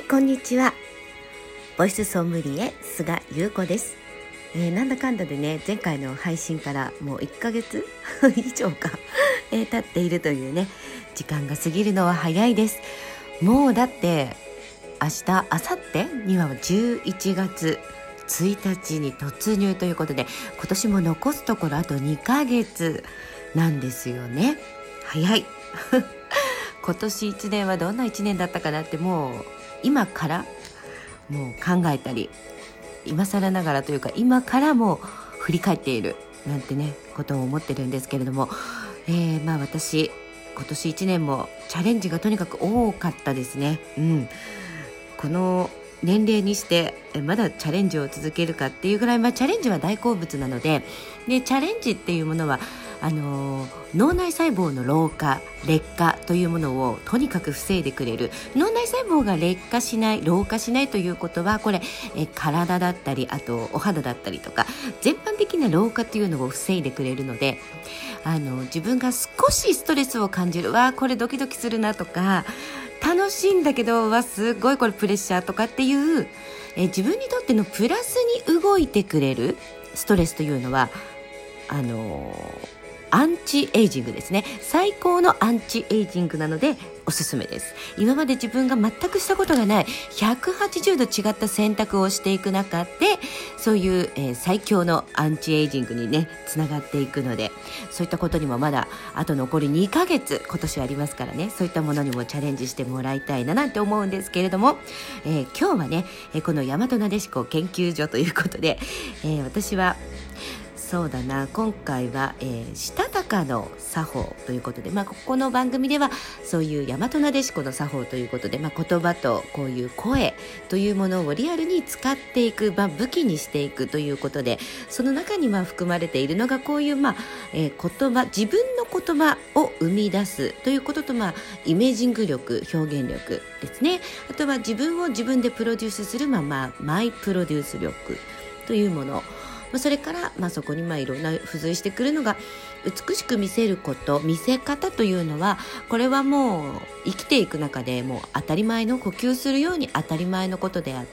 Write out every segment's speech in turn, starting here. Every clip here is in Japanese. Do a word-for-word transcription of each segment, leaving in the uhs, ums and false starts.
こんにちは。ボイスソムリエ菅優子です。えー、なんだかんだでね、前回の配信からもういっかげつ以上か、えー、経っているというね、時間が過ぎるのは早いです。もうだって明日明後日にはじゅういちがつついたちに突入ということで、今年も残すところあとにかげつなんですよね。早い今年いちねんはどんないちねんだったかなって、もう今からもう考えたり、今更ながらというか今からも振り返っているなんてねことを思ってるんですけれども、えー、まあ私今年いちねんもチャレンジがとにかく多かったですね。うん、この年齢にしてまだチャレンジを続けるかっていうぐらい、まあ、チャレンジは大好物なので、でチャレンジっていうものはあのー、脳内細胞の老化劣化というものをとにかく防いでくれる。脳内細胞が劣化しない老化しないということは、これえ体だったり、あとお肌だったりとか全般的な老化っていうのを防いでくれるので、あの自分が少しストレスを感じる、わこれドキドキするなとか、楽しいんだけどわすごいこれプレッシャーとかっていうえ自分にとってのプラスに動いてくれるストレスというのは、あのーアンチエイジングですね。最高のアンチエイジングなのでおすすめです。今まで自分が全くしたことがないひゃくはちじゅうど違った選択をしていく中で、そういう、えー、最強のアンチエイジングにねつながっていくので、そういったことにもまだあと残りにかげつ今年ありますからね、そういったものにもチャレンジしてもらいたいななんて思うんですけれども、えー、今日はねこの大和なでしこ研究所ということで、えー、私はそうだな今回は、えー、したたかの作法ということで、まあ、ここの番組ではそういう大和なでしこの作法ということで、まあ、言葉とこういう声というものをリアルに使っていく、まあ、武器にしていくということで、その中にまあ含まれているのがこういう、まあえー、言葉自分の言葉を生み出すということと、まあ、イメージング力表現力ですね。あとは自分を自分でプロデュースする、まあまあ、マイプロデュース力というもの、それから、まあ、そこにまあいろんな付随してくるのが美しく見せること、見せ方というのは、これはもう生きていく中でもう当たり前の、呼吸するように当たり前のことであって、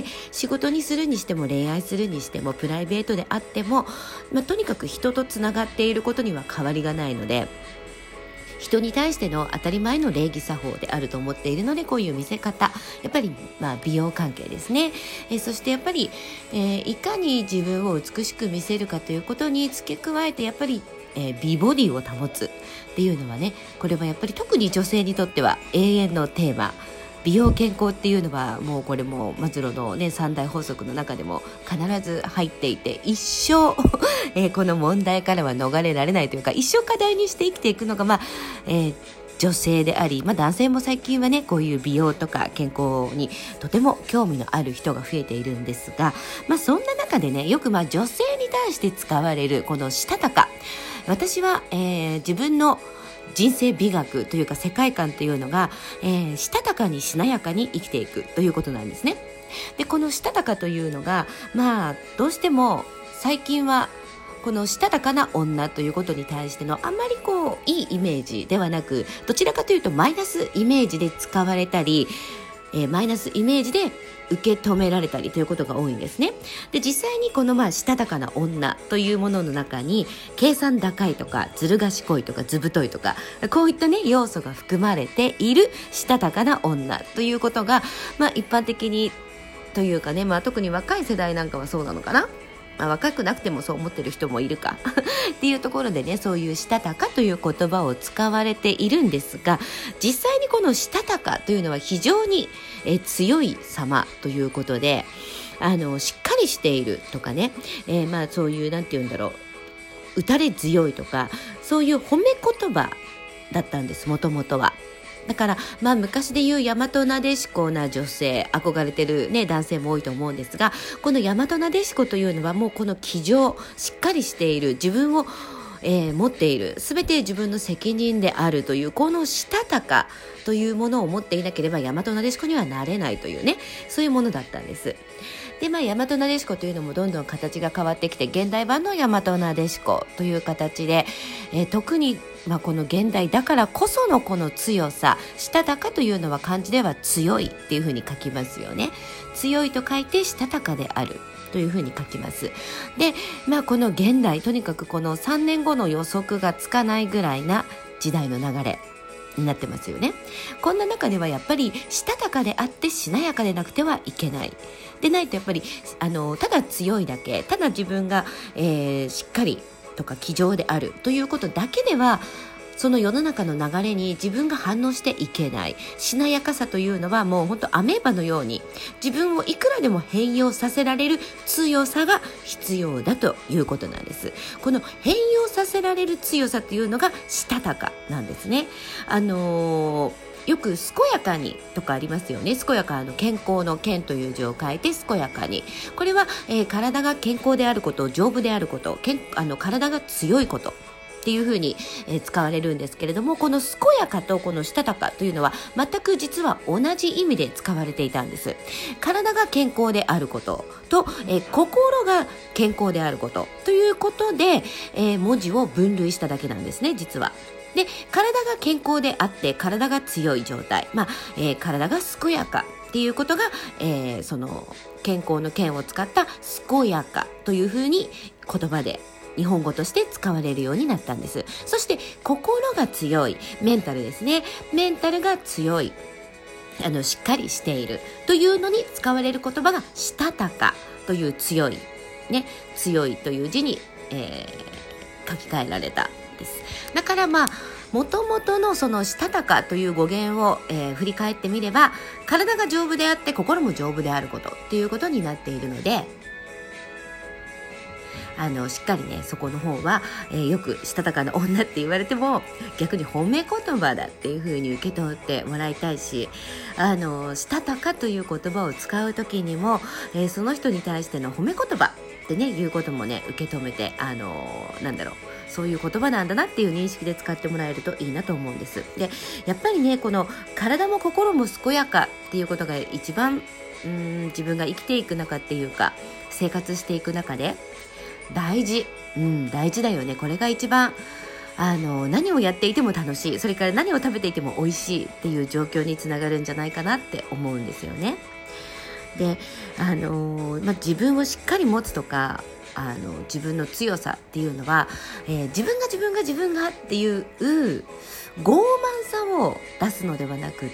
仕事にするにしても恋愛するにしてもプライベートであっても、まあ、とにかく人とつながっていることには変わりがないので、人に対しての当たり前の礼儀作法であると思っているので、こういう見せ方、やっぱりまあ美容関係ですね。えそしてやっぱり、えー、いかに自分を美しく見せるかということに付け加えて、やっぱり、えー、美ボディを保つっていうのはね、これはやっぱり特に女性にとっては永遠のテーマ。美容健康っていうのはもうこれもマズローの、ね、三大法則の中でも必ず入っていて、一生、えー、この問題からは逃れられないというか、一生課題にして生きていくのが、まあえー、女性であり、まあ、男性も最近はねこういう美容とか健康にとても興味のある人が増えているんですが、まあ、そんな中でねよくまあ女性に対して使われるこのしたたか、私は、えー、自分の人生美学というか世界観というのが、えー、したたかにしなやかに生きていくということなんですね。でこのしたたかというのが、まあどうしても最近はこのしたたかな女ということに対してのあまりこういいイメージではなく、どちらかというとマイナスイメージで使われたり、えー、マイナスイメージで受け止められたりということが多いんですね。で実際にこのまあしたたかな女というものの中に、計算高いとかずる賢いとか図太いとか、こういったね要素が含まれているしたたかな女ということが、まあ一般的にというかね、まあ特に若い世代なんかはそうなのかな。まあ、若くなくてもそう思ってる人もいるかっていうところでね、そういうしたたかという言葉を使われているんですが、実際にこのしたたかというのは非常にえ強い様ということで、あのしっかりしているとかね、えー、まあそういうなんて言うんだろう、打たれ強いとか、そういう褒め言葉だったんです、もともとは。だから、まあ、昔で言う大和なでしこな女性、憧れてる、ね、男性も多いと思うんですが、この大和なでしこというのはもうこの気丈、しっかりしている、自分を、えー、持っている、すべて自分の責任であるという、このしたたかというものを持っていなければ大和なでしこにはなれないというね、そういうものだったんです。で、まあ、大和なでしこというのもどんどん形が変わってきて、現代版の大和なでしこという形で、えー、特にまあ、この現代だからこそのこの強さ、したたかというのは漢字では強いっていうふうに書きますよね。強いと書いてしたたかであるというふうに書きます。で、まあ、この現代、とにかくこのさんねんごの予測がつかないぐらいな時代の流れになってますよね。こんな中ではやっぱりしたたかであってしなやかでなくてはいけない。でないとやっぱりあのただ強いだけ、ただ自分が、えー、しっかりとか気丈であるということだけでは、その世の中の流れに自分が反応していけない。しなやかさというのはもう本当アメーバのように自分をいくらでも変容させられる強さが必要だということなんです。この変容させられる強さというのがしたたかなんですね。あのーよく健やかにとかありますよね。健やかの健康の健という字を書いて健やかに。これは、えー、体が健康であること、丈夫であること、けんあの体が強いことっていうふうに、えー、使われるんですけれども、この健やかとこのしたたかというのは全く実は同じ意味で使われていたんです。体が健康であることと、えー、心が健康であることということで、えー、文字を分類しただけなんですね、実は。で、体が健康であって体が強い状態、まあえー、体が健やかっていうことが、えー、その健康の健を使った健やかというふうに言葉で日本語として使われるようになったんです。そして心が強い、メンタルですね。メンタルが強い、あのしっかりしているというのに使われる言葉がしたたかという強い、ね、強いという字に、えー、書き換えられたです。だからまあもともとのそのしたたかという語源を、えー、振り返ってみれば、体が丈夫であって心も丈夫であることっていうことになっているので、あのしっかりねそこの方は、えー、よくしたたかな女って言われても逆に褒め言葉だっていう風に受け取ってもらいたいし、あのしたたかという言葉を使う時にも、えー、その人に対しての褒め言葉ってね言うこともね受け止めて、あのなんだろうそういう言葉なんだなっていう認識で使ってもらえるといいなと思うんです。で、やっぱりねこの体も心も健やかっていうことが一番うーん自分が生きていく中っていうか生活していく中で大事、うん、大事だよね。これが一番あの何をやっていても楽しい、それから何を食べていても美味しいっていう状況につながるんじゃないかなって思うんですよね。で、あのまあ、自分をしっかり持つとか、あの自分の強さっていうのは、えー、自分が自分が自分がっていう傲慢さを出すのではなくって、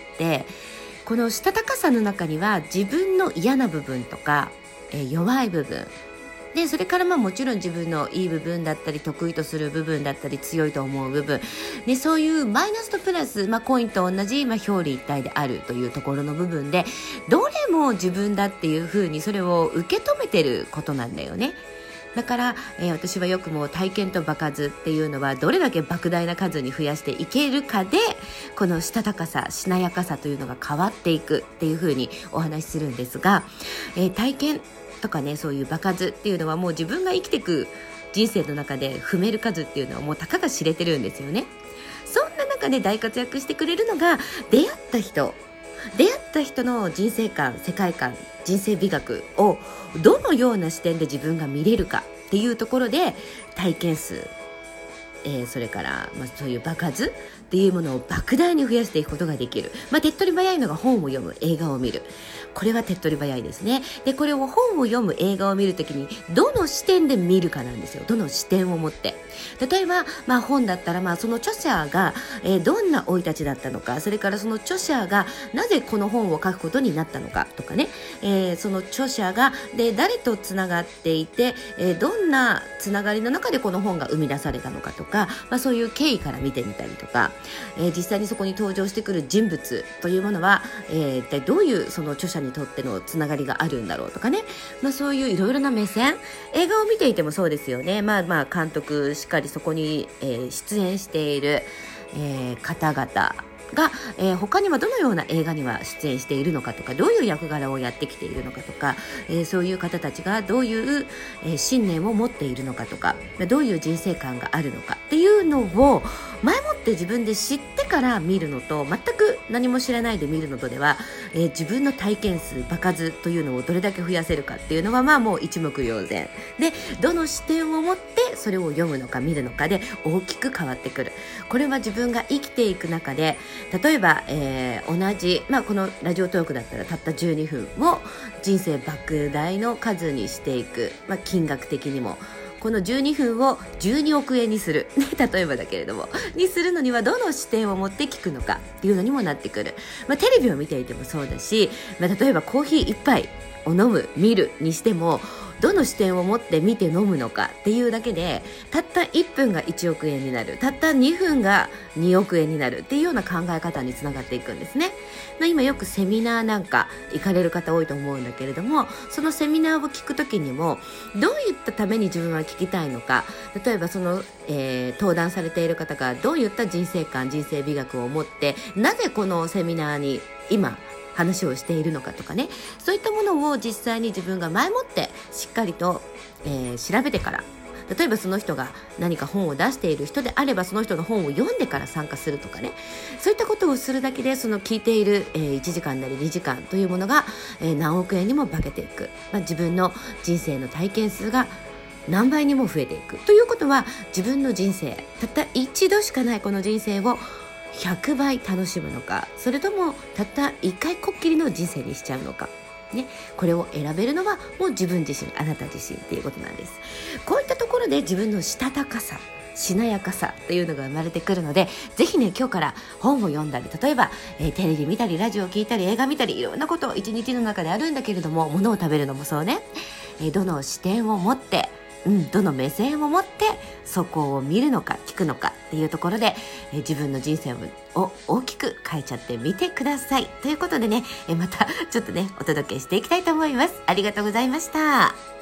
このしたたかさの中には自分の嫌な部分とか、えー、弱い部分で、それからまあもちろん自分のいい部分だったり得意とする部分だったり強いと思う部分で、そういうマイナスとプラス、まあ、コインと同じ、まあ、表裏一体であるというところの部分で、どれも自分だっていうふうにそれを受け止めてることなんだよね。だから、えー、私はよくもう体験と場数っていうのはどれだけ莫大な数に増やしていけるかで、このしたたかさしなやかさというのが変わっていくっていうふうにお話しするんですが、えー、体験とかねそういう場数っていうのはもう自分が生きていく人生の中で踏める数っていうのはもうたかが知れてるんですよね。そんな中で大活躍してくれるのが出会った人出会った人の人生観、世界観、人生美学をどのような視点で自分が見れるかっていうところで体験数、えー、それから、まあ、そういう場数っていうものを莫大に増やしていくことができる。まあ、手っ取り早いのが本を読む、映画を見る。これは手っ取り早いですね。で、これを本を読む、映画を見るときにどの視点で見るかなんですよ。どの視点を持って。例えば、まあ、本だったら、まあ、その著者が、えー、どんな生い立ちだったのか、それからその著者がなぜこの本を書くことになったのかとかね、えー、その著者がで誰とつながっていて、えー、どんなつながりの中でこの本が生み出されたのかとか、まあ、そういう経緯から見てみたりとか、えー、実際にそこに登場してくる人物というものは、えー、一体どういうその著者にとってのつながりがあるんだろうとかね、まあ、そういういろいろな目線、映画を見ていてもそうですよね。まあまあ監督しっかりそこに、えー、出演している、えー、方々が、えー、他にはどのような映画には出演しているのかとか、どういう役柄をやってきているのかとか、えー、そういう方たちがどういう、えー、信念を持っているのかとか、どういう人生観があるのかっていうのを前もって自分で知ってかから見るのと全く何も知らないで見るのとでは、えー、自分の体験数場数というのをどれだけ増やせるかっていうのはまあもう一目瞭然で、どの視点を持ってそれを読むのか見るのかで大きく変わってくる。これは自分が生きていく中で、例えば、えー、同じ、まあ、このラジオトークだったらたったじゅうにふんを人生莫大の数にしていく、まあ、金額的にもこのじゅうにふんをじゅうにおくえんにする、ね、例えばだけれどもにするのにはどの視点を持って聞くのかっていうのにもなってくる。まあ、テレビを見ていてもそうだし、まあ、例えばコーヒー一杯を飲む見るにしてもどの視点を持って見て飲むのかっていうだけでたったいっぷんがいちおくえんになる、たったにふんがにおくえんになるっていうような考え方につながっていくんですね。まあ、今よくセミナーなんか行かれる方多いと思うんだけれども、そのセミナーを聞くときにもどういったために自分は聞きたいのか、例えばその、えー、登壇されている方がどういった人生観人生美学を持ってなぜこのセミナーに今話をしているのかとかね、そういったものを実際に自分が前もってしっかりと、えー、調べてから、例えばその人が何か本を出している人であればその人の本を読んでから参加するとかね、そういったことをするだけでその聞いている、えー、いちじかんなりにじかんというものが、えー、何億円にも化けていく、まあ、自分の人生の体験数が何倍にも増えていくということは、自分の人生たった一度しかないこの人生をひゃくばい楽しむのか、それともたったいっかいこっきりの人生にしちゃうのか、ね、これを選べるのはもう自分自身、あなた自身っていうことなんです。こういったところで自分のしたたかさ、しなやかさというのが生まれてくるので、ぜひね今日から本を読んだり、例えば、えー、テレビ見たりラジオ聞いたり映画見たり、いろんなことを一日の中であるんだけれども、物を食べるのもそうね、えー、どの視点を持ってうん、どの目線を持ってそこを見るのか聞くのかっていうところで、え自分の人生を大きく変えちゃってみてくださいということでね、えまたちょっとねお届けしていきたいと思います。ありがとうございました。